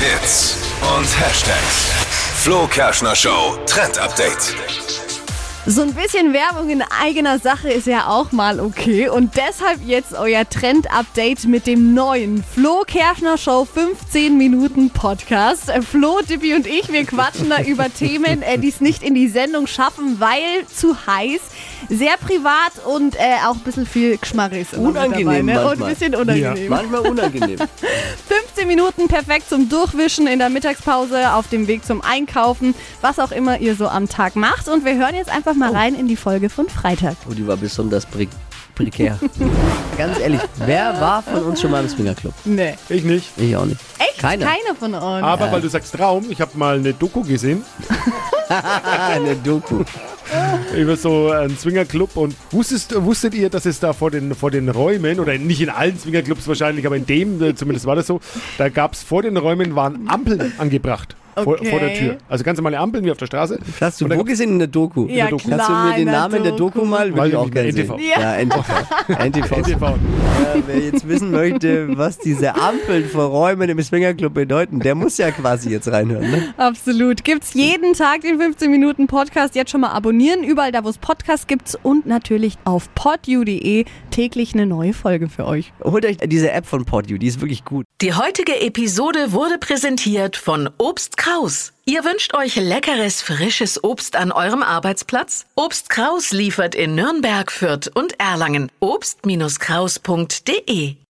Hits und Hashtags. Flo Kerschner Show Trend Update. So ein bisschen Werbung in eigener Sache ist ja auch mal okay. Und deshalb jetzt euer Trend-Update mit dem neuen Flo Kerschner Show 15 Minuten Podcast. Flo, Dippi und ich, wir quatschen da über Themen, die es nicht in die Sendung schaffen, weil zu heiß. Sehr privat und auch ein bisschen viel Geschmarris. Unangenehm dabei, ne? manchmal. Und ein bisschen unangenehm. Ja, manchmal unangenehm. 15 Minuten perfekt zum Durchwischen in der Mittagspause, auf dem Weg zum Einkaufen, was auch immer ihr so am Tag macht. Und wir hören jetzt einfach mal rein in die Folge von Freitag. Oh, die war besonders prekär. Ganz ehrlich, wer war von uns schon mal im Swingerclub? Nee. Ich nicht. Ich auch nicht. Echt? Keiner. Keiner von uns. Aber weil du sagst Traum, ich habe mal eine Doku gesehen Eine Doku. über so einen Swingerclub und wusstet ihr, dass es da vor den Räumen, oder nicht in allen Swingerclubs wahrscheinlich, aber in dem, zumindest war das so, da gab es vor den Räumen waren Ampeln angebracht. Vor der Tür. Also ganz normale Ampeln wie auf der Straße. Hast du Und da wo gab's- gesehen in der Doku? Ja, Kannst klar, du mir den in der Namen der Doku Doku. mal? Weiß Würde ich ich auch nicht mehr. gerne sehen. NTV. Ja, NTV. NTV. NTV. Wer jetzt wissen möchte, was diese Ampeln vor Räumen im Swingerclub bedeuten, der muss ja quasi jetzt reinhören. Ne? Absolut. Gibt's jeden Tag den 15 Minuten Podcast. Jetzt schon mal abonnieren, überall da, wo es Podcasts gibt und natürlich auf podyou.de täglich eine neue Folge für euch. Holt euch diese App von PodU, die ist wirklich gut. Die heutige Episode wurde präsentiert von Obst Kraus. Ihr wünscht euch leckeres, frisches Obst an eurem Arbeitsplatz? Obst Kraus liefert in Nürnberg, Fürth und Erlangen. Obst-Kraus.de